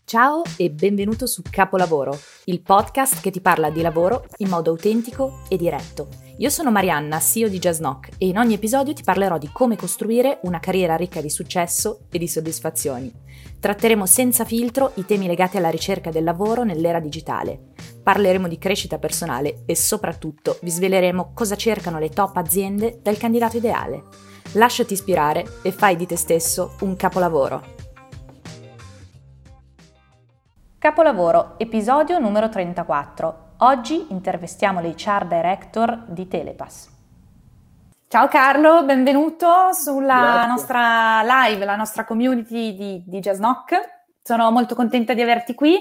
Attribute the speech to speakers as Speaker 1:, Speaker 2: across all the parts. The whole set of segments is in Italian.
Speaker 1: Ciao e benvenuto su Capolavoro, il podcast che ti parla di lavoro in modo autentico e diretto. Io sono Marianna, CEO di Jazznock, e in ogni episodio ti parlerò di come costruire una carriera ricca di successo e di soddisfazioni. Tratteremo senza filtro i temi legati alla ricerca del lavoro nell'era digitale. Parleremo di crescita personale e soprattutto vi sveleremo cosa cercano le top aziende dal candidato ideale. Lasciati ispirare e fai di te stesso un capolavoro. Capolavoro, episodio numero 34. Oggi intervistiamo l'HR Director di Telepass. Ciao Carlo, benvenuto sulla nostra live, la nostra community di Jazznock. Sono molto contenta di averti qui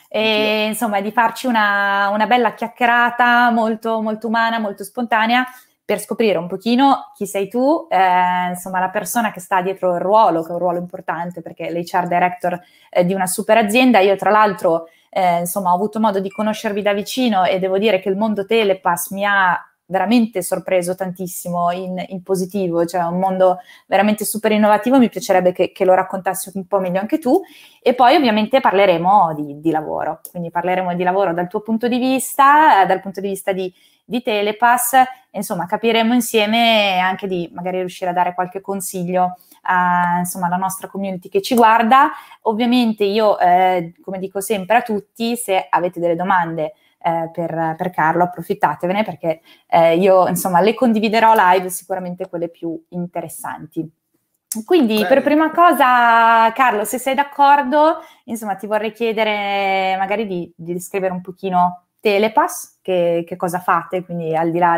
Speaker 1: e insomma di farci una bella chiacchierata molto, molto umana, molto spontanea, per scoprire un pochino chi sei tu, insomma la persona che sta dietro il ruolo, che è un ruolo importante perché l'HR Director di una super azienda. Io tra l'altro insomma ho avuto modo di conoscervi da vicino e devo dire che il mondo Telepass mi ha veramente sorpreso tantissimo in positivo, cioè un mondo veramente super innovativo. Mi piacerebbe che lo raccontassi un po' meglio anche tu, e poi ovviamente parleremo di lavoro, quindi parleremo di lavoro dal tuo punto di vista, dal punto di vista di Telepass, insomma capiremo insieme anche di magari riuscire a dare qualche consiglio insomma alla nostra community che ci guarda. Ovviamente io come dico sempre a tutti, se avete delle domande per Carlo approfittatevene, perché io insomma le condividerò live, sicuramente quelle più interessanti. Quindi per prima cosa, Carlo, se sei d'accordo, insomma ti vorrei chiedere magari di descrivere un pochino Telepass, che cosa fate, quindi al di là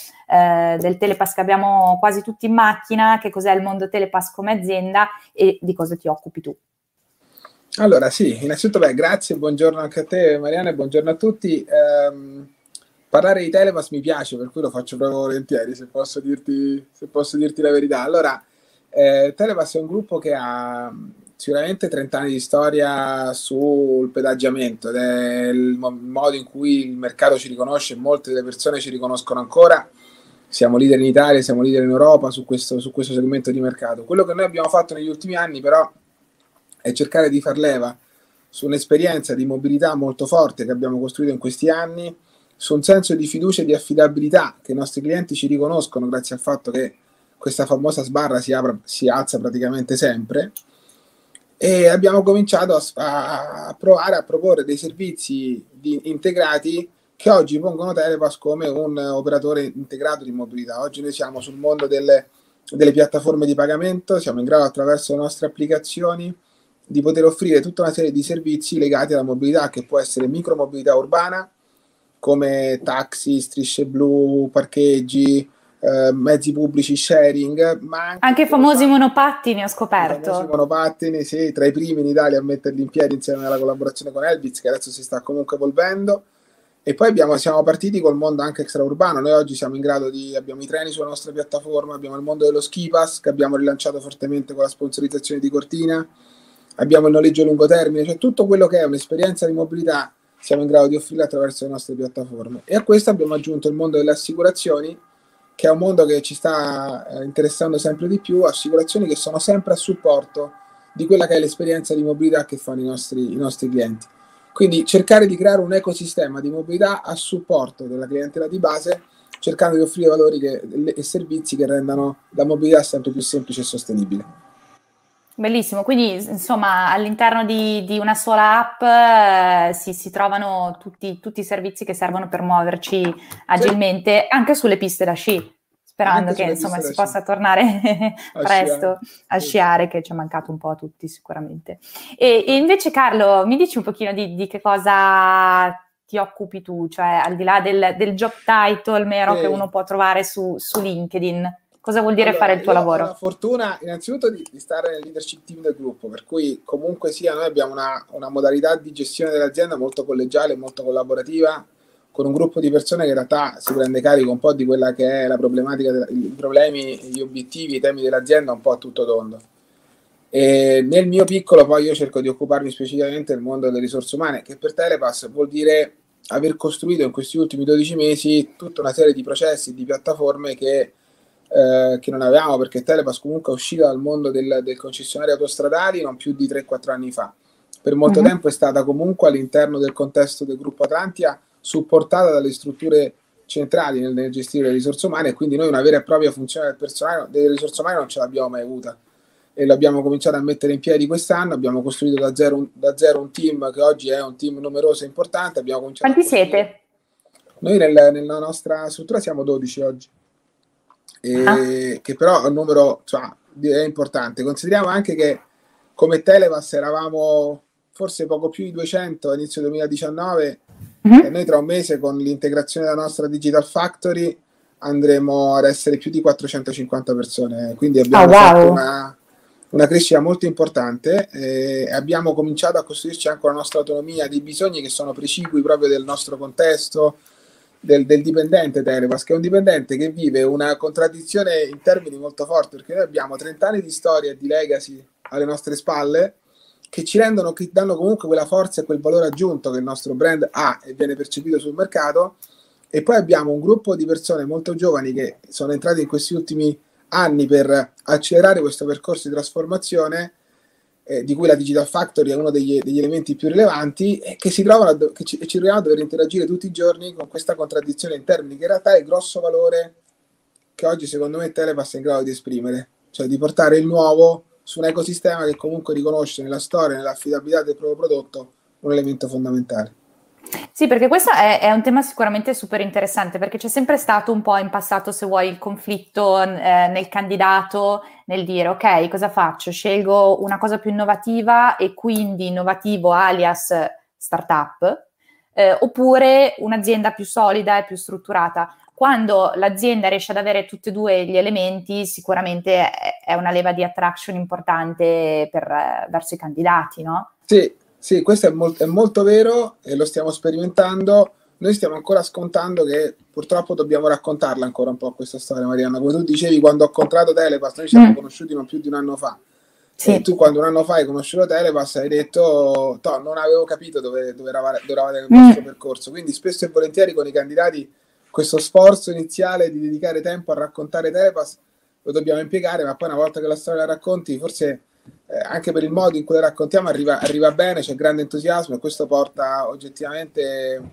Speaker 1: del Telepass che abbiamo quasi tutti in macchina, che cos'è il mondo Telepass come azienda e di cosa ti occupi tu.
Speaker 2: Allora sì, innanzitutto grazie, buongiorno anche a te Mariana e buongiorno a tutti. Parlare di Telepass mi piace, per cui lo faccio proprio volentieri, se posso dirti la verità. Allora, Telepass è un gruppo che ha sicuramente 30 anni di storia sul pedaggiamento ed è il modo in cui il mercato ci riconosce, molte delle persone ci riconoscono ancora. Siamo leader in Italia, siamo leader in Europa su questo segmento di mercato. Quello che noi abbiamo fatto negli ultimi anni però è cercare di far leva su un'esperienza di mobilità molto forte che abbiamo costruito in questi anni, su un senso di fiducia e di affidabilità che i nostri clienti ci riconoscono grazie al fatto che questa famosa sbarra si alza praticamente sempre, e abbiamo cominciato a provare a proporre dei servizi integrati che oggi pongono Telepass come un operatore integrato di mobilità. Oggi noi siamo sul mondo delle piattaforme di pagamento, siamo in grado attraverso le nostre applicazioni di poter offrire tutta una serie di servizi legati alla mobilità, che può essere micromobilità urbana, come taxi, strisce blu, parcheggi, mezzi pubblici, sharing, ma
Speaker 1: anche i famosi monopattini, ho scoperto.
Speaker 2: I famosi monopattini, sì, tra i primi in Italia a metterli in piedi insieme alla collaborazione con Elbitz, che adesso si sta comunque evolvendo. E poi siamo partiti col mondo anche extraurbano. Noi oggi siamo in grado abbiamo i treni sulla nostra piattaforma, abbiamo il mondo dello ski pass che abbiamo rilanciato fortemente con la sponsorizzazione di Cortina, abbiamo il noleggio a lungo termine, cioè tutto quello che è un'esperienza di mobilità siamo in grado di offrire attraverso le nostre piattaforme. E a questo abbiamo aggiunto il mondo delle assicurazioni, che è un mondo che ci sta interessando sempre di più, assicurazioni che sono sempre a supporto di quella che è l'esperienza di mobilità che fanno i nostri clienti. Quindi cercare di creare un ecosistema di mobilità a supporto della clientela di base, cercando di offrire valori e servizi che rendano la mobilità sempre più semplice e sostenibile.
Speaker 1: Bellissimo, quindi insomma all'interno di una sola app si trovano tutti i servizi che servono per muoverci agilmente, anche sulle piste da sci, sperando che insomma si possa tornare presto a sciare, che ci è mancato un po' a tutti sicuramente. E invece Carlo, mi dici un pochino di che cosa ti occupi tu, cioè al di là del job title mero che uno può trovare su LinkedIn. Cosa vuol dire fare il tuo lavoro?
Speaker 2: Ho la fortuna innanzitutto di stare nel leadership team del gruppo, per cui comunque sia noi abbiamo una modalità di gestione dell'azienda molto collegiale, molto collaborativa, con un gruppo di persone che in realtà si prende carico un po' di quella che è la problematica, i problemi, gli obiettivi, i temi dell'azienda un po' a tutto tondo. E nel mio piccolo poi io cerco di occuparmi specificamente del mondo delle risorse umane, che per Telepass vuol dire aver costruito in questi ultimi 12 mesi tutta una serie di processi, di piattaforme che non avevamo, perché Telepass comunque è uscita dal mondo del concessionario autostradali non più di 3-4 anni fa, per molto tempo è stata comunque all'interno del contesto del gruppo Atlantia supportata dalle strutture centrali nel gestire le risorse umane, e quindi noi una vera e propria funzione del personale delle risorse umane non ce l'abbiamo mai avuta, e l'abbiamo cominciato a mettere in piedi quest'anno. Abbiamo costruito da zero un team che oggi è un team numeroso e importante. Abbiamo cominciato
Speaker 1: Quanti siete?
Speaker 2: Noi nella nostra struttura siamo 12 oggi, che però è un numero, cioè, è importante. Consideriamo anche che come Telepass eravamo forse poco più di 200 a inizio 2019, e noi tra un mese con l'integrazione della nostra Digital Factory andremo ad essere più di 450 persone, quindi abbiamo fatto una crescita molto importante, e abbiamo cominciato a costruirci anche la nostra autonomia, dei bisogni che sono precipui proprio del nostro contesto, del dipendente Telepass, che è un dipendente che vive una contraddizione in termini molto forti, perché noi abbiamo 30 anni di storia e di legacy alle nostre spalle, che ci rendono, che danno comunque quella forza e quel valore aggiunto che il nostro brand ha e viene percepito sul mercato. E poi abbiamo un gruppo di persone molto giovani che sono entrate in questi ultimi anni per accelerare questo percorso di trasformazione, di cui la Digital Factory è uno degli elementi più rilevanti, e che ci troviamo a dover interagire tutti i giorni con questa contraddizione in termini che in realtà è il grosso valore che oggi secondo me Telepass è in grado di esprimere, cioè di portare il nuovo su un ecosistema che comunque riconosce nella storia e nell'affidabilità del proprio prodotto un elemento fondamentale.
Speaker 1: Sì, perché questo è un tema sicuramente super interessante, perché c'è sempre stato un po' in passato, se vuoi, il conflitto nel candidato, nel dire ok, cosa faccio? Scelgo una cosa più innovativa e quindi innovativo alias startup, oppure un'azienda più solida e più strutturata. Quando l'azienda riesce ad avere tutti e due gli elementi, sicuramente è una leva di attraction importante verso i candidati, no?
Speaker 2: Sì, questo è molto vero, e lo stiamo sperimentando. Noi stiamo ancora scontando che purtroppo dobbiamo raccontarla ancora un po' questa storia, Marianna. Come tu dicevi, quando ho incontrato Telepass, noi ci siamo conosciuti non più di un anno fa. Sì. E tu quando un anno fa hai conosciuto Telepass hai detto non avevo capito dove eravate nel vostro percorso. Quindi spesso e volentieri con i candidati questo sforzo iniziale di dedicare tempo a raccontare Telepass lo dobbiamo impiegare, ma poi una volta che la storia la racconti, forse anche per il modo in cui la raccontiamo arriva bene, c'è grande entusiasmo, e questo porta oggettivamente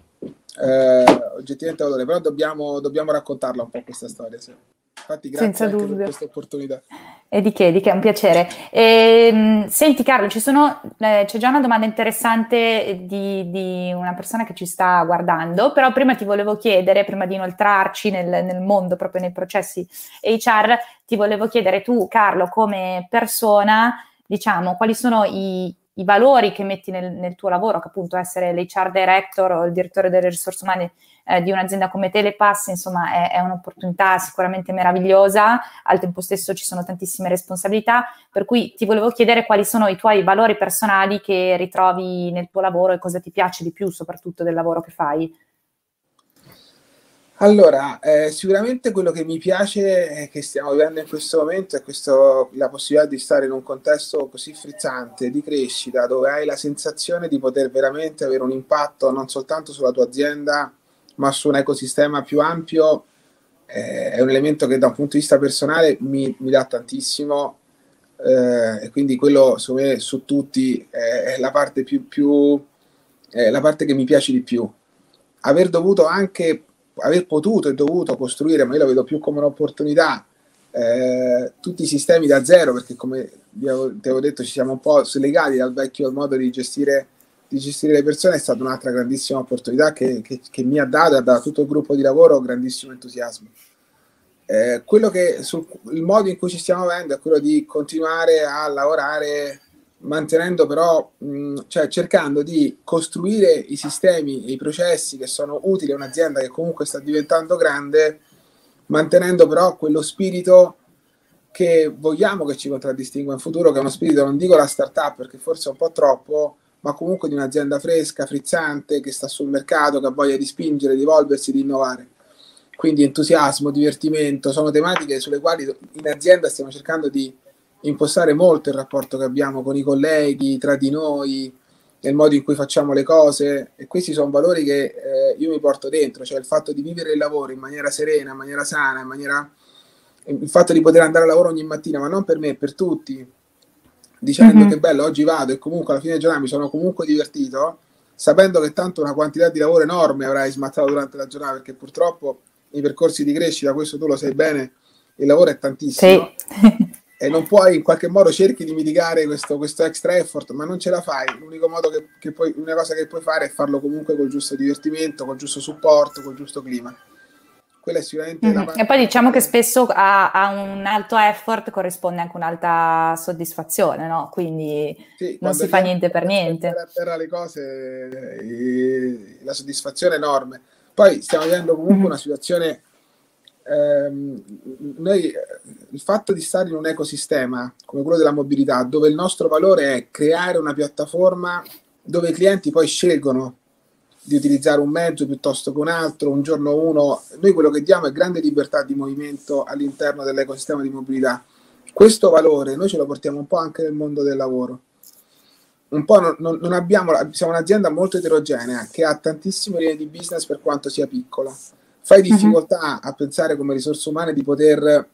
Speaker 2: valore. Però dobbiamo raccontarla un po' questa storia, sì. Infatti grazie anche per questa opportunità.
Speaker 1: E di che è un piacere. Senti Carlo, c'è già una domanda interessante di una persona che ci sta guardando, però prima ti volevo chiedere, prima di inoltrarci nel mondo, proprio nei processi HR, ti volevo chiedere tu, Carlo, come persona, diciamo, quali sono i valori che metti nel tuo lavoro, che appunto essere l'HR director o il direttore delle risorse umane di un'azienda come Telepass, insomma, è un'opportunità sicuramente meravigliosa. Al tempo stesso ci sono tantissime responsabilità, per cui ti volevo chiedere quali sono i tuoi valori personali che ritrovi nel tuo lavoro e cosa ti piace di più soprattutto del lavoro che fai.
Speaker 2: Allora, sicuramente quello che mi piace che stiamo vivendo in questo momento è la possibilità di stare in un contesto così frizzante, di crescita, dove hai la sensazione di poter veramente avere un impatto non soltanto sulla tua azienda, ma su un ecosistema più ampio. È un elemento che da un punto di vista personale mi dà tantissimo, e quindi quello su tutti è la parte la parte che mi piace di più. Aver potuto e dovuto costruire, ma io lo vedo più come un'opportunità, tutti i sistemi da zero, perché come ti avevo detto ci siamo un po' slegati dal vecchio modo di gestire le persone. È stata un'altra grandissima opportunità che mi ha dato e ha dato a tutto il gruppo di lavoro grandissimo entusiasmo. Il modo in cui ci stiamo avendo è quello di continuare a lavorare mantenendo però, cioè cercando di costruire i sistemi e i processi che sono utili a un'azienda che comunque sta diventando grande, mantenendo però quello spirito che vogliamo che ci contraddistingua in futuro, che è uno spirito, non dico la startup perché forse è un po' troppo, ma comunque di un'azienda fresca, frizzante, che sta sul mercato, che ha voglia di spingere, di evolversi, di innovare. Quindi entusiasmo, divertimento, sono tematiche sulle quali in azienda stiamo cercando di impostare molto il rapporto che abbiamo con i colleghi, tra di noi, nel modo in cui facciamo le cose, e questi sono valori che io mi porto dentro, cioè il fatto di vivere il lavoro in maniera serena, in maniera sana, il fatto di poter andare a lavoro ogni mattina, ma non per me, per tutti, dicendo
Speaker 1: Mhm.
Speaker 2: che bello, oggi vado e comunque alla fine del giornata mi sono comunque divertito, sapendo che tanto una quantità di lavoro enorme avrai smattato durante la giornata, perché purtroppo i percorsi di crescita, questo tu lo sai bene, il lavoro è tantissimo
Speaker 1: Sì.
Speaker 2: e non puoi, in qualche modo cerchi di mitigare questo extra effort, ma non ce la fai. L'unico modo l'unica cosa che puoi fare è farlo comunque col giusto divertimento, col giusto supporto, col giusto clima. Quella è sicuramente
Speaker 1: Mhm. E poi
Speaker 2: la
Speaker 1: diciamo che
Speaker 2: parte.
Speaker 1: spesso a un alto effort corrisponde anche un'alta soddisfazione, no? Quindi
Speaker 2: Sì,
Speaker 1: non
Speaker 2: quando
Speaker 1: si fa
Speaker 2: riesci
Speaker 1: niente per
Speaker 2: a schiantare
Speaker 1: niente.
Speaker 2: a terra le cose, la soddisfazione è enorme. Poi stiamo vivendo comunque
Speaker 1: Mhm.
Speaker 2: una situazione, noi, il fatto di stare in un ecosistema come quello della mobilità, dove il nostro valore è creare una piattaforma dove i clienti poi scelgono di utilizzare un mezzo piuttosto che un altro, un giorno uno, noi quello che diamo è grande libertà di movimento all'interno dell'ecosistema di mobilità. Questo valore noi ce lo portiamo un po' anche nel mondo del lavoro. Un po' non abbiamo, siamo un'azienda molto eterogenea che ha tantissime linee di business per quanto sia piccola. Fai
Speaker 1: Mhm.
Speaker 2: difficoltà a pensare come risorse umane di poter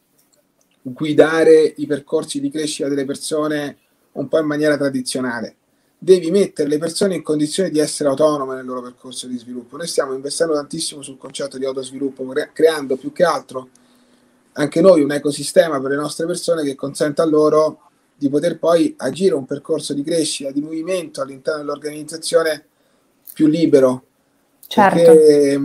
Speaker 2: guidare i percorsi di crescita delle persone un po' in maniera tradizionale. Devi mettere le persone in condizione di essere autonome nel loro percorso di sviluppo. Noi stiamo investendo tantissimo sul concetto di autosviluppo, creando più che altro anche noi un ecosistema per le nostre persone che consenta loro di poter poi agire un percorso di crescita, di movimento all'interno dell'organizzazione più libero,
Speaker 1: Certo.
Speaker 2: perché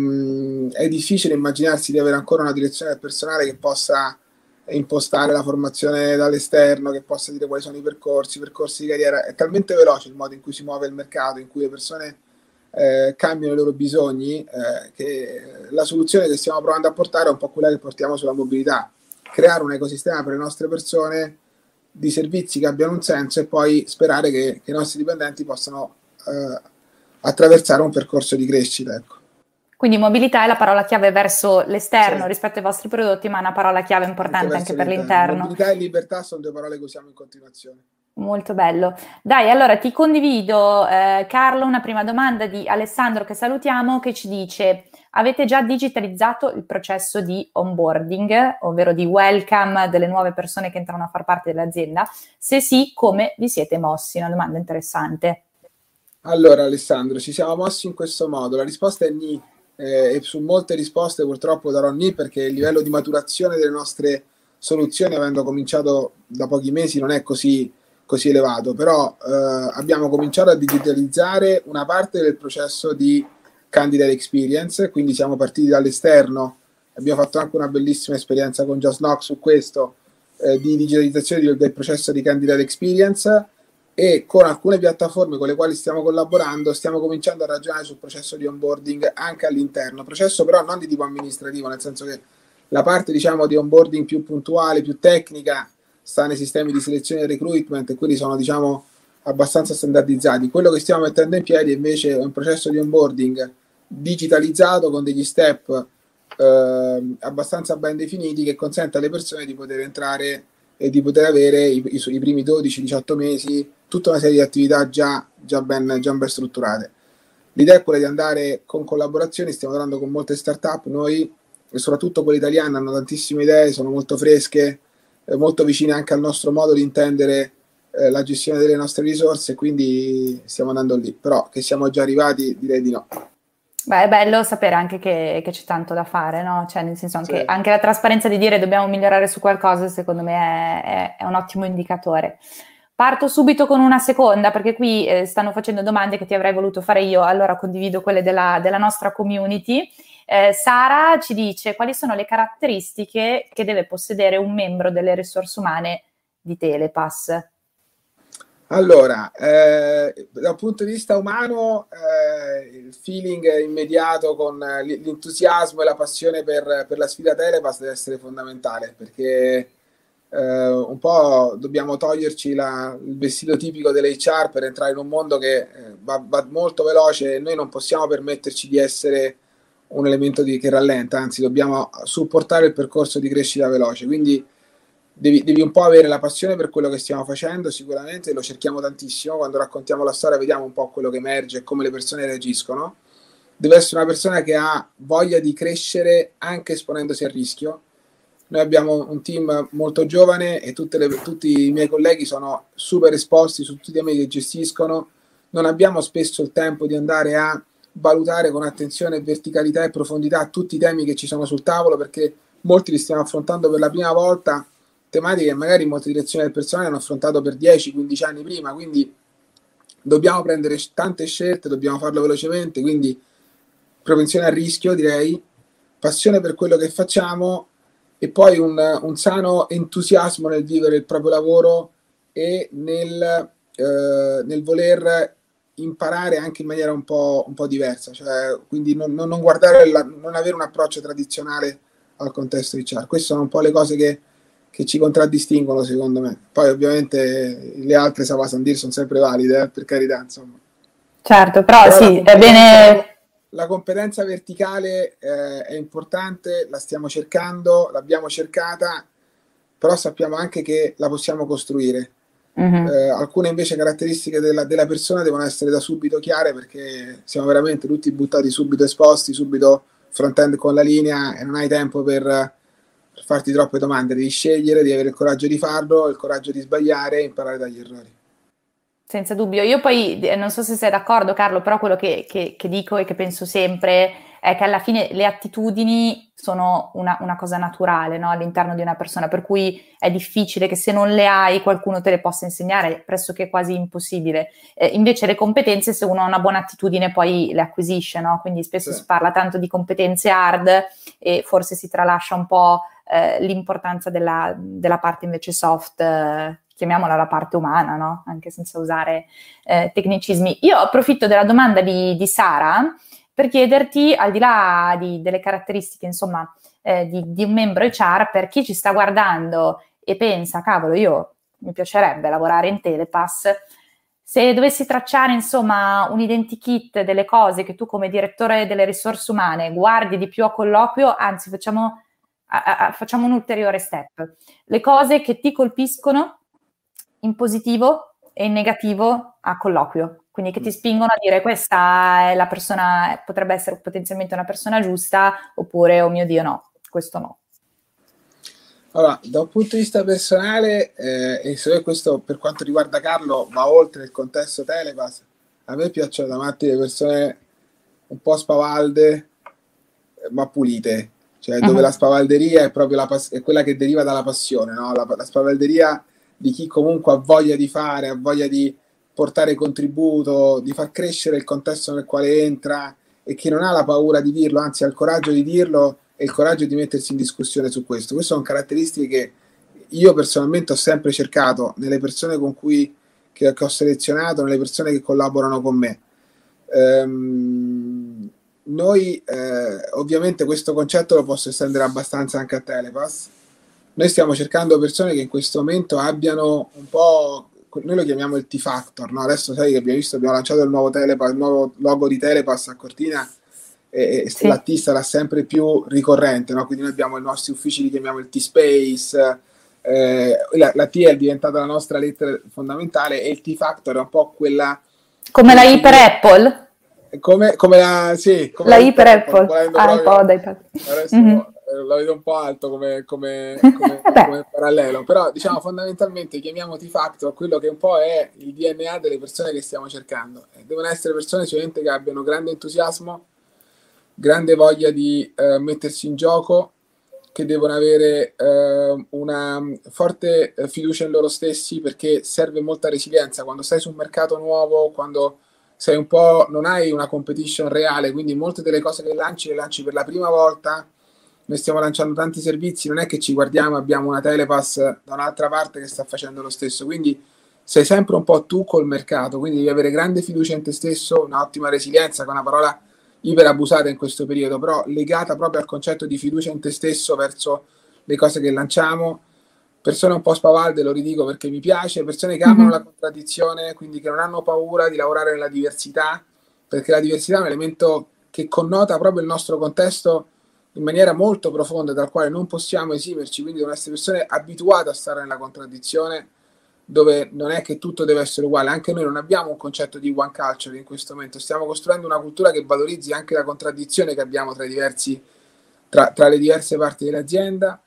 Speaker 2: è difficile immaginarsi di avere ancora una direzione del personale che possa impostare la formazione dall'esterno, che possa dire quali sono i percorsi di carriera. È talmente veloce il modo in cui si muove il mercato, in cui le persone cambiano i loro bisogni, che la soluzione che stiamo provando a portare è un po' quella che portiamo sulla mobilità, creare un ecosistema per le nostre persone di servizi che abbiano un senso e poi sperare che i nostri dipendenti possano attraversare un percorso di crescita. Ecco.
Speaker 1: Quindi mobilità è la parola chiave verso l'esterno
Speaker 2: Sì,
Speaker 1: rispetto ai vostri prodotti, ma è una parola chiave
Speaker 2: anche
Speaker 1: importante anche
Speaker 2: verso
Speaker 1: per
Speaker 2: l'interno.
Speaker 1: l'interno.
Speaker 2: Mobilità e libertà sono due parole che usiamo in continuazione.
Speaker 1: Molto bello. Dai, allora ti condivido, Carlo, una prima domanda di Alessandro che salutiamo, che ci dice: avete già digitalizzato il processo di onboarding, ovvero di welcome delle nuove persone che entrano a far parte dell'azienda? Se sì, come vi siete mossi? Una domanda interessante.
Speaker 2: Allora Alessandro, ci siamo mossi in questo modo, la risposta è ni, e su molte risposte purtroppo darò ni perché il livello di maturazione delle nostre soluzioni, avendo cominciato da pochi mesi, non è così elevato, però abbiamo cominciato a digitalizzare una parte del processo di candidate experience, quindi siamo partiti dall'esterno, abbiamo fatto anche una bellissima esperienza con Just Knock su questo, di digitalizzazione del processo di candidate experience e con alcune piattaforme con le quali stiamo collaborando stiamo cominciando a ragionare sul processo di onboarding anche all'interno, processo però non di tipo amministrativo, nel senso che la parte diciamo di onboarding più puntuale, più tecnica sta nei sistemi di selezione e recruitment e quelli sono diciamo abbastanza standardizzati. Quello che stiamo mettendo in piedi invece è un processo di onboarding digitalizzato con degli step abbastanza ben definiti che consente alle persone di poter entrare e di poter avere i primi 12-18 mesi tutta una serie di attività già ben strutturate. L'idea è quella di andare con collaborazioni, stiamo lavorando con molte start-up, noi e soprattutto quelle italiane hanno tantissime idee, sono molto fresche, molto vicine anche al nostro modo di intendere la gestione delle nostre risorse, quindi stiamo andando lì, però che siamo già arrivati direi di no.
Speaker 1: Beh, è bello sapere anche che c'è tanto da fare, no? Cioè, nel senso,
Speaker 2: Sì.
Speaker 1: anche la trasparenza di dire dobbiamo migliorare su qualcosa, secondo me è un ottimo indicatore. Parto subito con una seconda, perché qui stanno facendo domande che ti avrei voluto fare io, allora condivido quelle della nostra community. Sara ci dice quali sono le caratteristiche che deve possedere un membro delle risorse umane di Telepass.
Speaker 2: Allora, dal punto di vista umano, il feeling immediato con l'entusiasmo e la passione per la sfida Telepass deve essere fondamentale perché un po' dobbiamo toglierci il vestito tipico dell'HR per entrare in un mondo che va molto veloce e noi non possiamo permetterci di essere un elemento che rallenta, anzi dobbiamo supportare il percorso di crescita veloce. Quindi devi un po' avere la passione per quello che stiamo facendo, sicuramente lo cerchiamo tantissimo, quando raccontiamo la storia vediamo un po' quello che emerge e come le persone reagiscono. Deve essere una persona che ha voglia di crescere anche esponendosi al rischio, Noi abbiamo un team molto giovane e tutti i miei colleghi sono super esposti su tutti i temi che gestiscono. Non abbiamo spesso il tempo di andare a valutare con attenzione, verticalità e profondità tutti i temi che ci sono sul tavolo, perché molti li stiamo affrontando per la prima volta, tematiche che magari molte direzioni del personale hanno affrontato per 10-15 anni prima, quindi dobbiamo prendere tante scelte, dobbiamo farlo velocemente, quindi propensione al rischio, direi, passione per quello che facciamo e poi un sano entusiasmo nel vivere il proprio lavoro e nel voler imparare anche in maniera un po' diversa, cioè, quindi non guardare non avere un approccio tradizionale al contesto HR. Queste sono un po' le cose che ci contraddistinguono, secondo me. Poi ovviamente le altre Savas Andir sono sempre valide, per carità, insomma.
Speaker 1: Certo, però sì, è bene.
Speaker 2: La competenza verticale è importante, la stiamo cercando, l'abbiamo cercata, però sappiamo anche che la possiamo costruire. Alcune invece caratteristiche della persona devono essere da subito chiare, perché siamo veramente tutti buttati subito esposti, subito front-end con la linea e non hai tempo per farti troppe domande. Devi scegliere, devi avere il coraggio di farlo, il coraggio di sbagliare e imparare dagli errori.
Speaker 1: Senza dubbio. Io poi non so se sei d'accordo, Carlo, però quello che dico e che penso sempre è che alla fine le attitudini sono una cosa naturale, no? All'interno di una persona, per cui è difficile che se non le hai qualcuno te le possa insegnare, è pressoché quasi impossibile. Invece le competenze, se uno ha una buona attitudine, poi le acquisisce, no? Quindi spesso si parla tanto di competenze hard e forse si tralascia un po' l'importanza della parte invece soft, chiamiamola la parte umana, no? Anche senza usare tecnicismi. Io approfitto della domanda di Sara per chiederti, al di là delle caratteristiche, insomma, di un membro HR, per chi ci sta guardando e pensa, cavolo, mi piacerebbe lavorare in Telepass, se dovessi tracciare, insomma, un identikit delle cose che tu come direttore delle risorse umane guardi di più a colloquio, anzi facciamo un ulteriore step. Le cose che ti colpiscono in positivo e in negativo a colloquio, quindi che ti spingono a dire questa è la persona, potrebbe essere potenzialmente una persona giusta, oppure oh mio Dio no, questo no.
Speaker 2: Allora, da un punto di vista personale, e se questo per quanto riguarda Carlo va oltre il contesto Telepass, a me piacciono da matti le persone un po' spavalde ma pulite, cioè dove la spavalderia è proprio è quella che deriva dalla passione, no? La spavalderia di chi comunque ha voglia di fare, ha voglia di portare contributo, di far crescere il contesto nel quale entra e che non ha la paura di dirlo, anzi ha il coraggio di dirlo e il coraggio di mettersi in discussione su questo. Queste sono caratteristiche che io personalmente ho sempre cercato nelle persone con cui che ho selezionato, nelle persone che collaborano con me. Noi ovviamente questo concetto lo posso estendere abbastanza anche a Telepass. Noi stiamo cercando persone che in questo momento abbiano un po', noi lo chiamiamo il T-Factor, no? Adesso sai che abbiamo lanciato il nuovo logo di Telepass a Cortina e sì. La T sarà sempre più ricorrente, no? Quindi noi abbiamo i nostri uffici, li chiamiamo il T-Space, la T è diventata la nostra lettera fondamentale e il T-Factor è un po' quella...
Speaker 1: Come la I per Apple?
Speaker 2: Come la
Speaker 1: I per Apple, iPod, iPad.
Speaker 2: Adesso la vedo un po' alto come parallelo, però diciamo fondamentalmente chiamiamo T-Factor quello che un po' è il DNA delle persone che stiamo cercando. Devono essere persone sicuramente che abbiano grande entusiasmo, grande voglia di mettersi in gioco, che devono avere una forte fiducia in loro stessi, perché serve molta resilienza quando stai su un mercato nuovo, quando sei un po', non hai una competition reale, quindi molte delle cose che lanci le lanci per la prima volta. Noi stiamo lanciando tanti servizi, non è che ci guardiamo, abbiamo una Telepass da un'altra parte che sta facendo lo stesso, quindi sei sempre un po' tu col mercato, quindi devi avere grande fiducia in te stesso, un'ottima resilienza, che è una parola iper abusata in questo periodo, però legata proprio al concetto di fiducia in te stesso verso le cose che lanciamo. Persone un po' spavalde, lo ridico perché mi piace, persone che amano la contraddizione, quindi che non hanno paura di lavorare nella diversità, perché la diversità è un elemento che connota proprio il nostro contesto in maniera molto profonda, dal quale non possiamo esimerci, quindi devono essere persone abituate a stare nella contraddizione, dove non è che tutto deve essere uguale. Anche noi non abbiamo un concetto di one culture in questo momento, stiamo costruendo una cultura che valorizzi anche la contraddizione che abbiamo tra le diverse parti dell'azienda,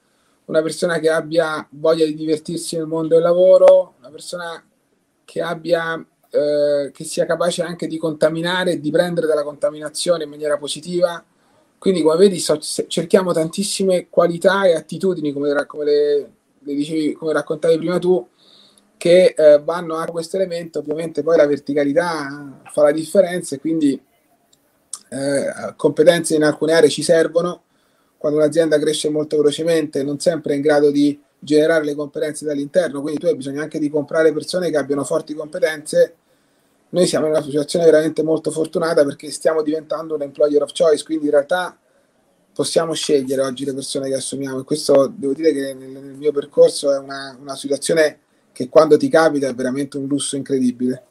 Speaker 2: una persona che abbia voglia di divertirsi nel mondo del lavoro, una persona che abbia che sia capace anche di contaminare e di prendere dalla contaminazione in maniera positiva. Quindi, come vedi, cerchiamo tantissime qualità e attitudini, come le dicevi, come raccontavi prima tu, che vanno a questo elemento. Ovviamente poi la verticalità fa la differenza, e quindi competenze in alcune aree ci servono. Quando un'azienda cresce molto velocemente non sempre è in grado di generare le competenze dall'interno, quindi tu hai bisogno anche di comprare persone che abbiano forti competenze. Noi siamo in una situazione veramente molto fortunata perché stiamo diventando un employer of choice, quindi in realtà possiamo scegliere oggi le persone che assumiamo, e questo devo dire che nel mio percorso è una situazione che quando ti capita è veramente un lusso incredibile.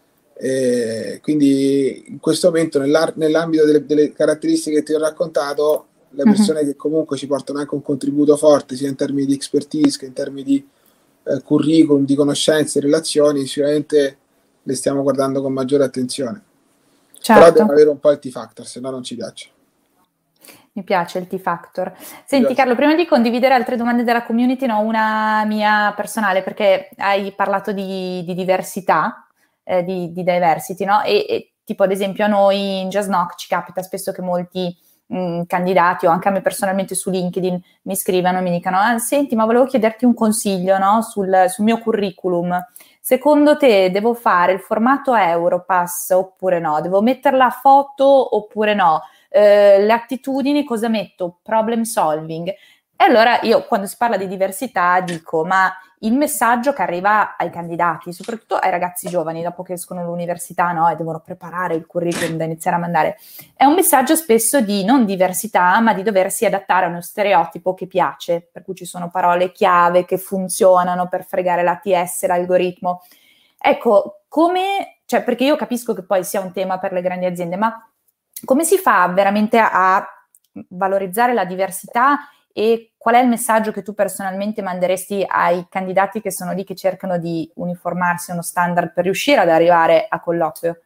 Speaker 2: Quindi in questo momento nell'ambito delle caratteristiche che ti ho raccontato, le persone che comunque ci portano anche un contributo forte sia in termini di expertise che in termini di curriculum, di conoscenze, relazioni, sicuramente le stiamo guardando con maggiore attenzione.
Speaker 1: Certo.
Speaker 2: Però devono avere un po' il T-Factor, se no non ci piace.
Speaker 1: Mi piace il T-Factor. Senti Carlo, prima di condividere altre domande della community, una mia personale, perché hai parlato di diversità, di diversity, no? E tipo ad esempio a noi in Just Knock ci capita spesso che molti candidati, o anche a me personalmente su LinkedIn, mi scrivano e mi dicano: senti, ma volevo chiederti un consiglio, no? sul mio curriculum. Secondo te devo fare il formato Europass oppure no? Devo metterla a foto oppure no? Le attitudini cosa metto? Problem solving. E allora io, quando si parla di diversità, dico: ma il messaggio che arriva ai candidati, soprattutto ai ragazzi giovani dopo che escono dall'università, no, e devono preparare il curriculum da iniziare a mandare, è un messaggio spesso di non diversità, ma di doversi adattare a uno stereotipo che piace, per cui ci sono parole chiave che funzionano per fregare l'ATS, l'algoritmo. Ecco, cioè, perché io capisco che poi sia un tema per le grandi aziende, ma come si fa veramente a valorizzare la diversità, e qual è il messaggio che tu personalmente manderesti ai candidati che sono lì, che cercano di uniformarsi a uno standard per riuscire ad arrivare a colloquio?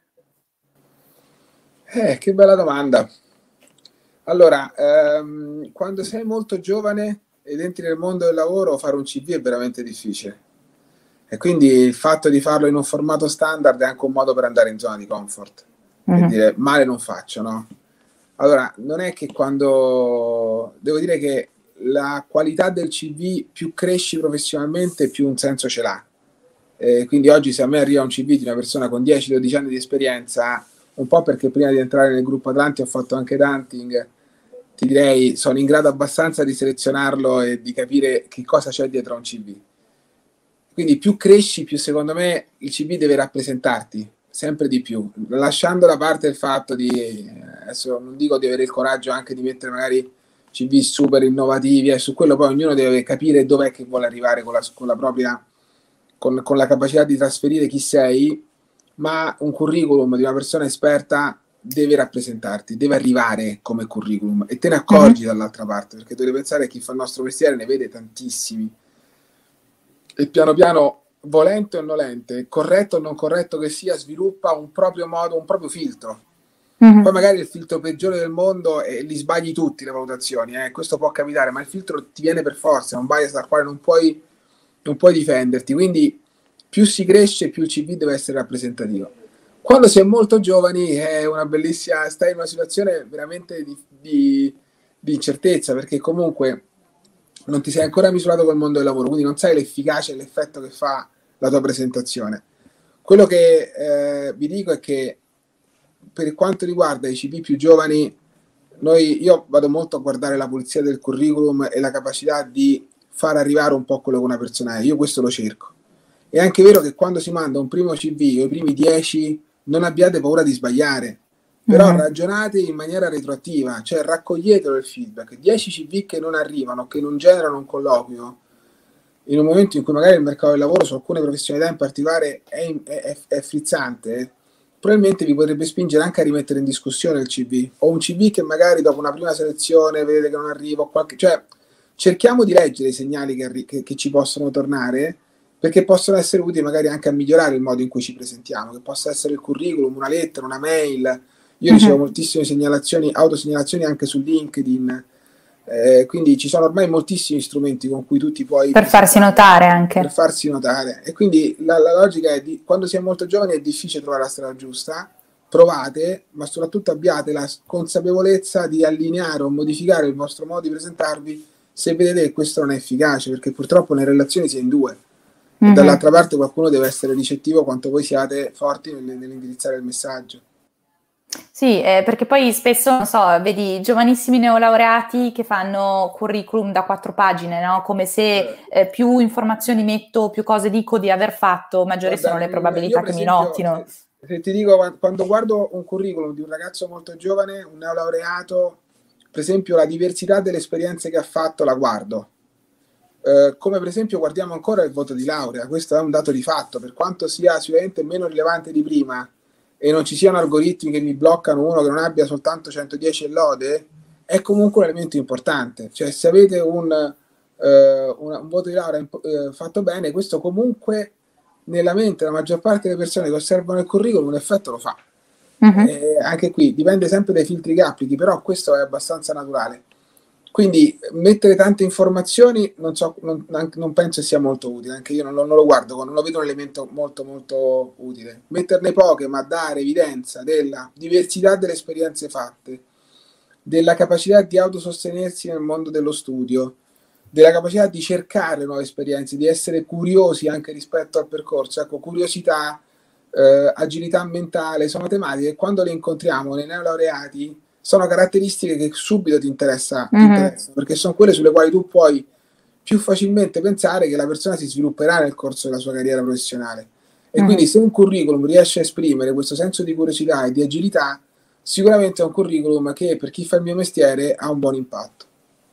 Speaker 2: Che bella domanda. Allora, quando sei molto giovane ed entri nel mondo del lavoro, fare un CV è veramente difficile. E quindi il fatto di farlo in un formato standard è anche un modo per andare in zona di comfort. Per dire: male non faccio, no? Allora, non è che devo dire che la qualità del CV, più cresci professionalmente, più un senso ce l'ha. Quindi oggi, se a me arriva un CV di una persona con 10-12 anni di esperienza, un po' perché prima di entrare nel gruppo Atlanti ho fatto anche hunting, ti direi sono in grado abbastanza di selezionarlo e di capire che cosa c'è dietro a un CV. Quindi più cresci, più secondo me il CV deve rappresentarti sempre di più, lasciando da parte il fatto di, adesso non dico di avere il coraggio anche di mettere magari CV super innovativi, e su quello poi ognuno deve capire dov'è che vuole arrivare con la propria, con la capacità di trasferire chi sei, ma un curriculum di una persona esperta deve rappresentarti, deve arrivare come curriculum, e te ne accorgi dall'altra parte, perché devi pensare che chi fa il nostro mestiere ne vede tantissimi, e piano piano, volente o nolente, corretto o non corretto che sia, sviluppa un proprio modo, un proprio filtro. Poi magari il filtro peggiore del mondo e li sbagli tutti le valutazioni, questo può capitare, ma il filtro ti viene per forza, è un bias dal quale non puoi difenderti. Quindi più si cresce, più il CV deve essere rappresentativo. Quando si è molto giovani è una bellissima, stai in una situazione veramente di incertezza, perché comunque non ti sei ancora misurato col mondo del lavoro, quindi non sai l'efficacia e l'effetto che fa la tua presentazione. Quello che vi dico è che per quanto riguarda i CV più giovani, io vado molto a guardare la pulizia del curriculum e la capacità di far arrivare un po' quello che una persona è. Io questo lo cerco. È anche vero che quando si manda un primo CV o i primi 10, non abbiate paura di sbagliare, però ragionate in maniera retroattiva, cioè raccoglietelo il feedback. 10 CV che non arrivano, che non generano un colloquio, in un momento in cui magari il mercato del lavoro su alcune professionalità in particolare è frizzante, probabilmente vi potrebbe spingere anche a rimettere in discussione il CV, o un CV che magari dopo una prima selezione vedete che non arriva, cioè cerchiamo di leggere i segnali che ci possono tornare, perché possono essere utili magari anche a migliorare il modo in cui ci presentiamo, che possa essere il curriculum, una lettera, una mail. Io ricevo moltissime autosegnalazioni anche su LinkedIn, Quindi ci sono ormai moltissimi strumenti con cui tu ti puoi
Speaker 1: per farsi notare anche.
Speaker 2: Per farsi notare. E quindi la logica è quando si è molto giovani è difficile trovare la strada giusta, provate, ma soprattutto abbiate la consapevolezza di allineare o modificare il vostro modo di presentarvi se vedete che questo non è efficace, perché purtroppo nelle relazioni si è in due. E dall'altra parte qualcuno deve essere ricettivo quanto voi siate forti nell'indirizzare il messaggio.
Speaker 1: Sì, perché poi spesso, non so, vedi giovanissimi neolaureati che fanno curriculum da 4 pagine, no? Come se più informazioni metto, più cose dico di aver fatto, maggiori sono le probabilità che mi notino.
Speaker 2: Se ti dico, quando guardo un curriculum di un ragazzo molto giovane, un neolaureato, per esempio la diversità delle esperienze che ha fatto la guardo. Come per esempio guardiamo ancora il voto di laurea, questo è un dato di fatto, per quanto sia sicuramente meno rilevante di prima e non ci siano algoritmi che mi bloccano uno che non abbia soltanto 110 e lode, è comunque un elemento importante. Cioè se avete un voto di laurea fatto bene, questo comunque nella mente la maggior parte delle persone che osservano il curriculum un effetto lo fa. Anche qui dipende sempre dai filtri che applichi, però questo è abbastanza naturale. Quindi mettere tante informazioni non penso sia molto utile, anche io non lo guardo, non lo vedo un elemento molto molto utile. Metterne poche, ma dare evidenza della diversità delle esperienze fatte, della capacità di autosostenersi nel mondo dello studio, della capacità di cercare nuove esperienze, di essere curiosi anche rispetto al percorso. Ecco, curiosità, agilità mentale, sono tematiche che quando le incontriamo nei neolaureati sono caratteristiche che subito ti interessano, perché sono quelle sulle quali tu puoi più facilmente pensare che la persona si svilupperà nel corso della sua carriera professionale. E quindi se un curriculum riesce a esprimere questo senso di curiosità e di agilità, sicuramente è un curriculum che per chi fa il mio mestiere ha un buon impatto.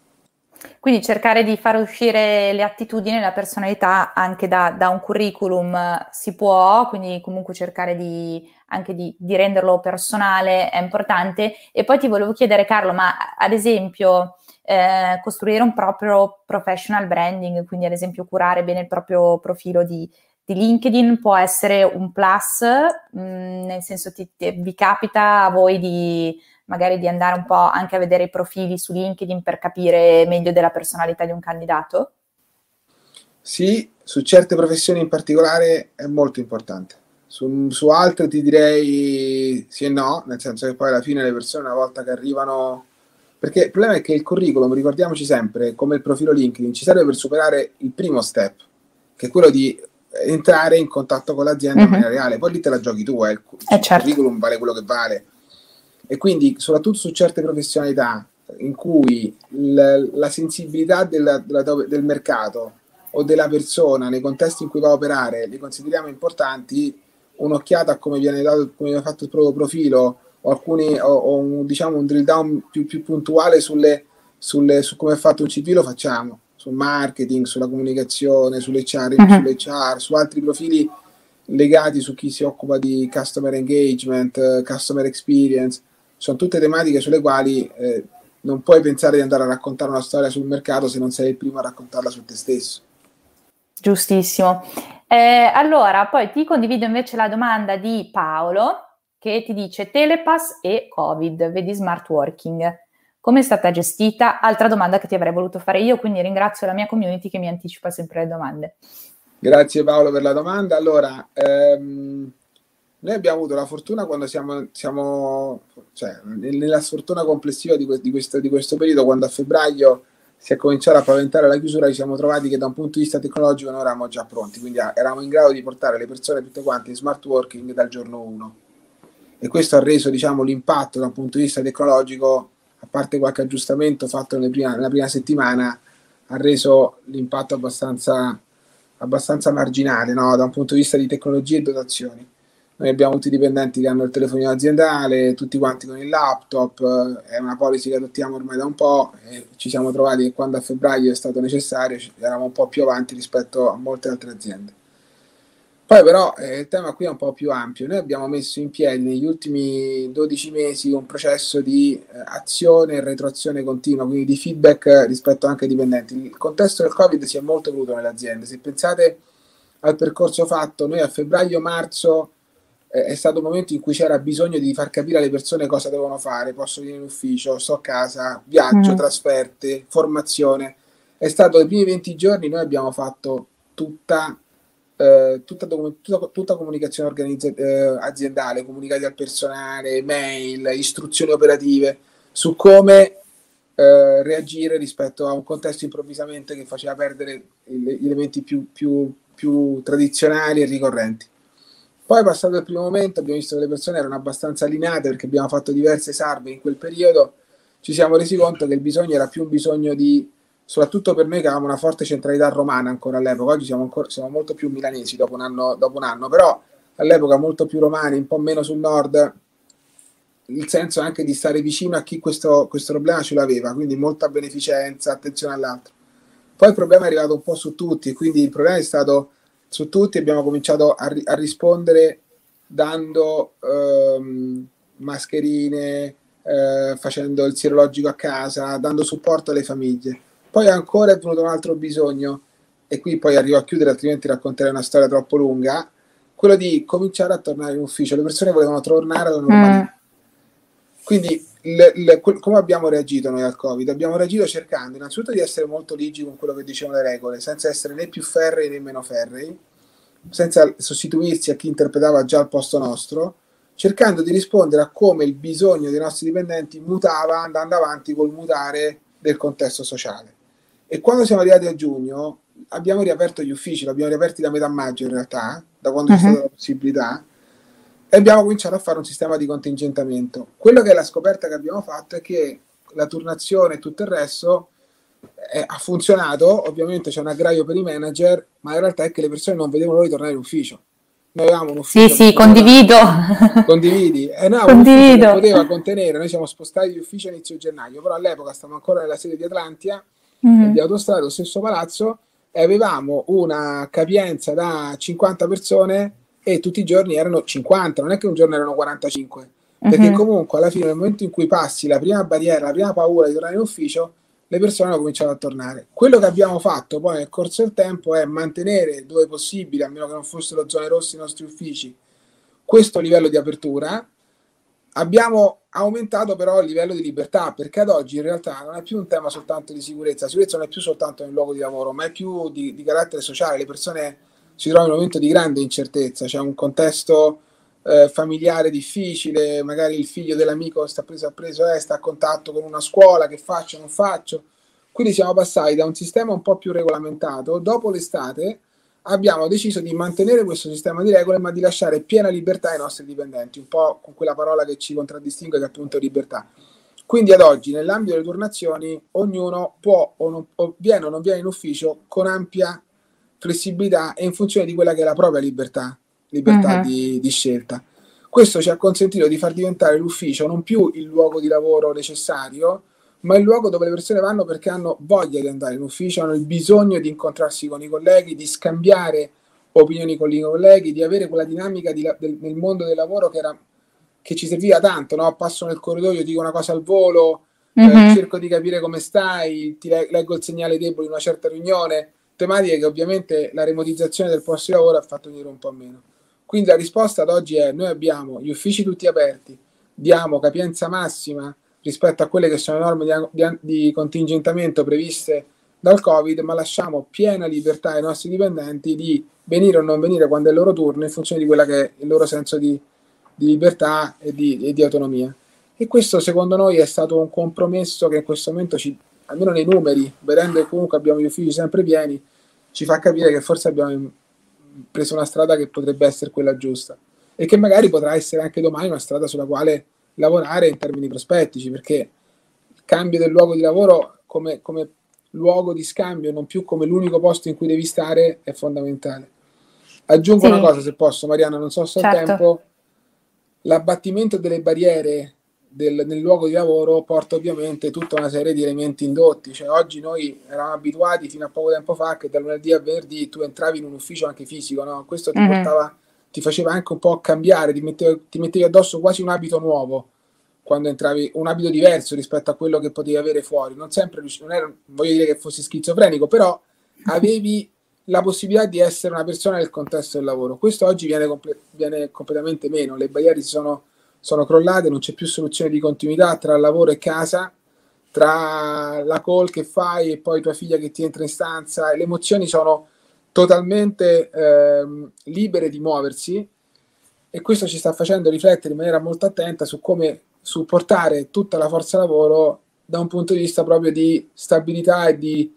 Speaker 1: Quindi cercare di far uscire le attitudini e la personalità anche da un curriculum si può, quindi comunque cercare anche di renderlo personale è importante. E poi ti volevo chiedere, Carlo, ma ad esempio costruire un proprio professional branding, quindi ad esempio curare bene il proprio profilo di LinkedIn può essere un plus, nel senso vi capita a voi magari di andare un po' anche a vedere i profili su LinkedIn per capire meglio della personalità di un candidato?
Speaker 2: Sì, su certe professioni in particolare è molto importante. Su altre ti direi sì e no, nel senso che poi alla fine le persone una volta che arrivano... Perché il problema è che il curriculum, ricordiamoci sempre, come il profilo LinkedIn, ci serve per superare il primo step, che è quello di entrare in contatto con l'azienda in maniera reale. Poi lì te la giochi tu, il curriculum vale quello che vale. E quindi soprattutto su certe professionalità in cui la sensibilità del mercato o della persona nei contesti in cui va a operare li consideriamo importanti, un'occhiata a come viene dato, come viene fatto il proprio profilo o diciamo un drill down più puntuale su come è fatto un CV lo facciamo, sul marketing, sulla comunicazione, sull'HR, su altri profili legati su chi si occupa di customer engagement, customer experience. Sono tutte tematiche sulle quali non puoi pensare di andare a raccontare una storia sul mercato se non sei il primo a raccontarla su te stesso.
Speaker 1: Giustissimo. Allora, poi ti condivido invece la domanda di Paolo che ti dice Telepass e Covid, vedi smart working. Come è stata gestita? Altra domanda che ti avrei voluto fare io, quindi ringrazio la mia community che mi anticipa sempre le domande.
Speaker 2: Grazie Paolo per la domanda. Allora, noi abbiamo avuto la fortuna quando nella sfortuna complessiva di questo periodo, quando a febbraio si è cominciato a paventare la chiusura, ci siamo trovati che da un punto di vista tecnologico noi eravamo già pronti, quindi eravamo in grado di portare le persone tutte quante in smart working dal giorno 1. E questo ha reso, diciamo, l'impatto da un punto di vista tecnologico, a parte qualche aggiustamento fatto nella prima settimana, ha reso l'impatto abbastanza marginale, no? Da un punto di vista di tecnologie e dotazioni. Noi abbiamo tutti i dipendenti che hanno il telefonino aziendale, tutti quanti con il laptop, è una policy che adottiamo ormai da un po' e ci siamo trovati che quando a febbraio è stato necessario eravamo un po' più avanti rispetto a molte altre aziende. Poi però il tema qui è un po' più ampio. Noi abbiamo messo in piedi negli ultimi 12 mesi un processo di azione e retroazione continua, quindi di feedback rispetto anche ai dipendenti. Il contesto del Covid si è molto evoluto nelle aziende. Se pensate al percorso fatto, noi a febbraio-marzo è stato un momento in cui c'era bisogno di far capire alle persone cosa devono fare. Posso venire in ufficio, sto a casa, viaggio, trasferte, formazione. È stato i primi 20 giorni, noi abbiamo fatto tutta comunicazione aziendale, comunicati al personale, mail, istruzioni operative su come reagire rispetto a un contesto improvvisamente che faceva perdere gli elementi più tradizionali e ricorrenti. Poi, passato il primo momento, abbiamo visto che le persone erano abbastanza allineate, perché abbiamo fatto diverse salve in quel periodo. Ci siamo resi conto che il bisogno era più un bisogno di, soprattutto per noi che avevamo una forte centralità romana ancora all'epoca. Oggi siamo molto più milanesi dopo un anno, però all'epoca molto più romani, un po' meno sul nord, il senso anche di stare vicino a chi questo problema ce l'aveva, quindi molta beneficenza, attenzione all'altro. Poi il problema è arrivato un po' su tutti, quindi il problema è stato su tutti. Abbiamo cominciato a rispondere dando mascherine, facendo il sierologico a casa, dando supporto alle famiglie. Poi ancora è venuto un altro bisogno, e qui poi arrivo a chiudere, altrimenti racconterei una storia troppo lunga, quello di cominciare a tornare in ufficio. Le persone volevano tornare alla normalità. Quindi come abbiamo reagito noi al Covid? Abbiamo reagito cercando innanzitutto di essere molto ligi con quello che dicevano le regole, senza essere né più ferrei né meno ferrei, senza sostituirsi a chi interpretava già al posto nostro, cercando di rispondere a come il bisogno dei nostri dipendenti mutava andando avanti col mutare del contesto sociale. E quando siamo arrivati a giugno abbiamo riaperto gli uffici, l'abbiamo riaperti da metà maggio in realtà, da quando c'è stata la possibilità, e abbiamo cominciato a fare un sistema di contingentamento. Quello che è la scoperta che abbiamo fatto è che la turnazione e tutto il resto ha funzionato. Ovviamente c'è un aggravio per i manager, ma in realtà è che le persone non vedevano l'ora di tornare in ufficio. Noi avevamo un ufficio.
Speaker 1: Sì, condivido.
Speaker 2: Condividi? No, un ufficio che poteva contenere. Noi siamo spostati di ufficio a inizio gennaio, però all'epoca stavamo ancora nella sede di Atlantia, di Autostrada, lo stesso palazzo, e avevamo una capienza da 50 persone e tutti i giorni erano 50, non è che un giorno erano 45, perché comunque alla fine, nel momento in cui passi la prima barriera, la prima paura di tornare in ufficio, le persone hanno cominciato a tornare. Quello che abbiamo fatto poi nel corso del tempo è mantenere, dove possibile, a meno che non fossero zone rosse i nostri uffici, questo livello di apertura. Abbiamo aumentato però il livello di libertà, perché ad oggi in realtà non è più un tema soltanto di sicurezza. La sicurezza non è più soltanto nel luogo di lavoro, ma è più di carattere sociale. Le persone si trovano in un momento di grande incertezza, c'è un contesto familiare difficile, magari il figlio dell'amico sta a contatto con una scuola, che faccio, non faccio. Quindi siamo passati da un sistema un po' più regolamentato. Dopo l'estate abbiamo deciso di mantenere questo sistema di regole, ma di lasciare piena libertà ai nostri dipendenti, un po' con quella parola che ci contraddistingue, che è appunto libertà. Quindi ad oggi, nell'ambito delle turnazioni, ognuno può o viene o non viene in ufficio con ampia flessibilità e in funzione di quella che è la propria libertà di scelta. Questo ci ha consentito di far diventare l'ufficio non più il luogo di lavoro necessario, ma il luogo dove le persone vanno perché hanno voglia di andare in ufficio, hanno il bisogno di incontrarsi con i colleghi, di scambiare opinioni con i colleghi, di avere quella dinamica nel mondo del lavoro che ci serviva tanto, no? Passo nel corridoio, dico una cosa al volo, cerco di capire come stai, ti leggo il segnale debole in una certa riunione, tematiche che ovviamente la remotizzazione del posto di lavoro ha fatto venire un po' meno. Quindi la risposta ad oggi è: noi abbiamo gli uffici tutti aperti, diamo capienza massima rispetto a quelle che sono le norme di contingentamento previste dal Covid, ma lasciamo piena libertà ai nostri dipendenti di venire o non venire quando è il loro turno, in funzione di quella che è il loro senso di libertà e di autonomia. E questo secondo noi è stato un compromesso che in questo momento, almeno nei numeri, vedendo che comunque abbiamo gli uffici sempre pieni, ci fa capire che forse abbiamo preso una strada che potrebbe essere quella giusta, e che magari potrà essere anche domani una strada sulla quale lavorare in termini prospettici, perché il cambio del luogo di lavoro come luogo di scambio, non più come l'unico posto in cui devi stare, è fondamentale. Aggiungo una cosa, se posso, Mariana, non so se ho tempo. L'abbattimento delle barriere nel luogo di lavoro porta ovviamente tutta una serie di elementi indotti. Cioè, oggi noi eravamo abituati fino a poco tempo fa che da lunedì a venerdì tu entravi in un ufficio anche fisico, no? Questo ti faceva anche un po' cambiare, ti mettevi addosso quasi un abito nuovo quando entravi, un abito diverso rispetto a quello che potevi avere fuori. Non sempre, non voglio dire che fossi schizofrenico, però avevi la possibilità di essere una persona nel contesto del lavoro. Questo oggi viene completamente meno, le barriere sono crollate, non c'è più soluzione di continuità tra lavoro e casa, tra la call che fai e poi tua figlia che ti entra in stanza, le emozioni sono totalmente libere di muoversi, e questo ci sta facendo riflettere in maniera molto attenta su come supportare tutta la forza lavoro da un punto di vista proprio di stabilità e di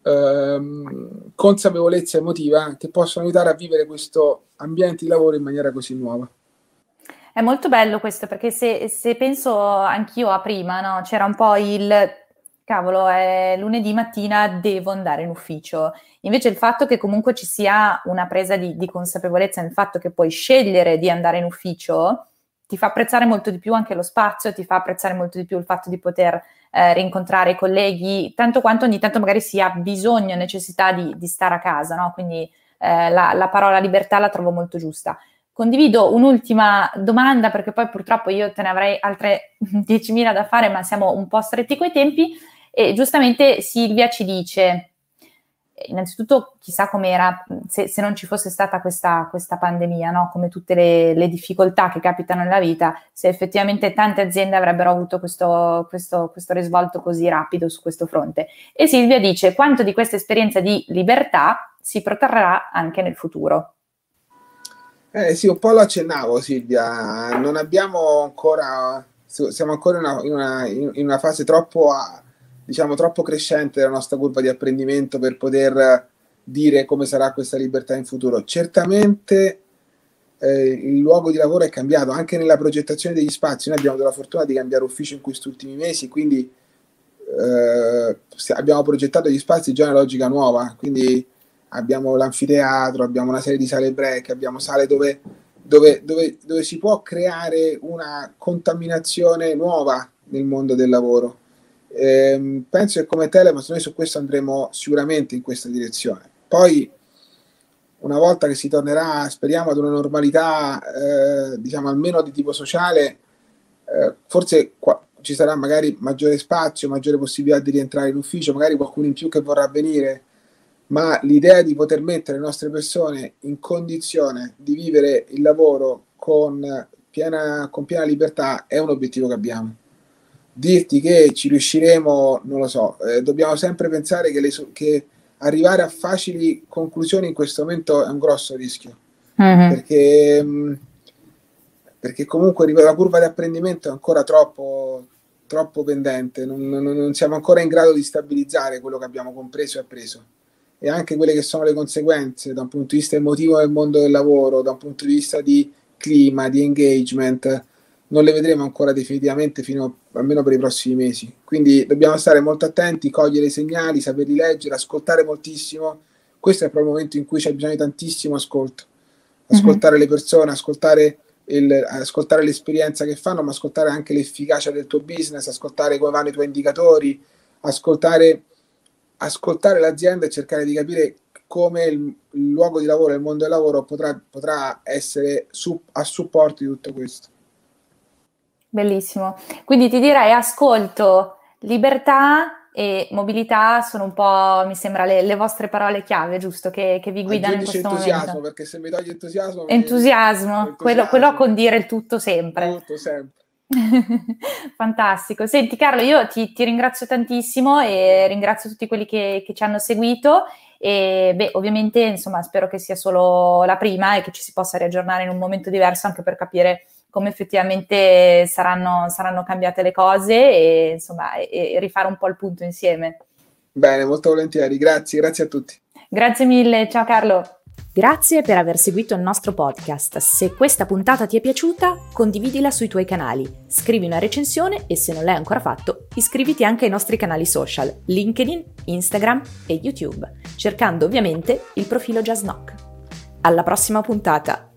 Speaker 2: consapevolezza emotiva, che possono aiutare a vivere questo ambiente di lavoro in maniera così nuova.
Speaker 1: È molto bello questo, perché se penso anch'io a prima, no? C'era un po' cavolo, è lunedì mattina, devo andare in ufficio. Invece il fatto che comunque ci sia una presa di consapevolezza nel fatto che puoi scegliere di andare in ufficio, ti fa apprezzare molto di più anche lo spazio, ti fa apprezzare molto di più il fatto di poter rincontrare i colleghi, tanto quanto ogni tanto magari si ha bisogno, necessità di stare a casa, no? Quindi la parola libertà la trovo molto giusta. Condivido un'ultima domanda, perché poi purtroppo io te ne avrei altre 10.000 da fare, ma siamo un po' stretti coi tempi. E giustamente Silvia ci dice, innanzitutto chissà com'era se non ci fosse stata questa pandemia, no? Come tutte le difficoltà che capitano nella vita, se effettivamente tante aziende avrebbero avuto questo risvolto così rapido su questo fronte. E Silvia dice, quanto di questa esperienza di libertà si protrarrà anche nel futuro?
Speaker 2: Sì, un po' lo accennavo, Silvia, non abbiamo ancora, siamo ancora in una fase troppo crescente della nostra curva di apprendimento per poter dire come sarà questa libertà in futuro. Certamente il luogo di lavoro è cambiato, anche nella progettazione degli spazi. Noi abbiamo avuto la fortuna di cambiare ufficio in questi ultimi mesi, quindi abbiamo progettato gli spazi già in logica nuova, quindi abbiamo l'anfiteatro, abbiamo una serie di sale break, abbiamo sale dove si può creare una contaminazione nuova nel mondo del lavoro. Penso che come Telepass noi su questo andremo sicuramente in questa direzione. Poi una volta che si tornerà, speriamo, ad una normalità almeno di tipo sociale, forse ci sarà magari maggiore spazio, maggiore possibilità di rientrare in ufficio, magari qualcuno in più che vorrà venire, ma l'idea di poter mettere le nostre persone in condizione di vivere il lavoro con piena libertà è un obiettivo che abbiamo. Dirti che ci riusciremo, non lo so, dobbiamo sempre pensare che arrivare a facili conclusioni in questo momento è un grosso rischio, perché comunque la curva di apprendimento è ancora troppo pendente, non siamo ancora in grado di stabilizzare quello che abbiamo compreso e appreso, e anche quelle che sono le conseguenze da un punto di vista emotivo del mondo del lavoro, da un punto di vista di clima, di engagement, non le vedremo ancora definitivamente fino almeno per i prossimi mesi. Quindi dobbiamo stare molto attenti, cogliere i segnali, saperli leggere, ascoltare moltissimo. Questo è proprio il momento in cui c'è bisogno di tantissimo ascolto. Ascoltare le persone, ascoltare l'esperienza che fanno, ma ascoltare anche l'efficacia del tuo business, ascoltare come vanno i tuoi indicatori, ascoltare l'azienda e cercare di capire come il luogo di lavoro, il mondo del lavoro potrà essere a supporto di tutto questo.
Speaker 1: Bellissimo. Quindi ti direi ascolto, libertà e mobilità sono un po', mi sembra, le vostre parole chiave, giusto? Che vi guidano in questo
Speaker 2: entusiasmo,
Speaker 1: momento.
Speaker 2: Perché se mi togli entusiasmo...
Speaker 1: Entusiasmo. Quello a condire il tutto sempre.
Speaker 2: Tutto sempre.
Speaker 1: Fantastico. Senti Carlo, io ti ringrazio tantissimo e ringrazio tutti quelli che ci hanno seguito, e ovviamente insomma spero che sia solo la prima e che ci si possa riaggiornare in un momento diverso, anche per capire come effettivamente saranno cambiate le cose e insomma e rifare un po' il punto insieme.
Speaker 2: Bene, molto volentieri, grazie a tutti.
Speaker 1: Grazie mille, ciao Carlo.
Speaker 3: Grazie per aver seguito il nostro podcast. Se questa puntata ti è piaciuta, condividila sui tuoi canali, scrivi una recensione e se non l'hai ancora fatto, iscriviti anche ai nostri canali social, LinkedIn, Instagram e YouTube, cercando ovviamente il profilo Just Knock. Alla prossima puntata!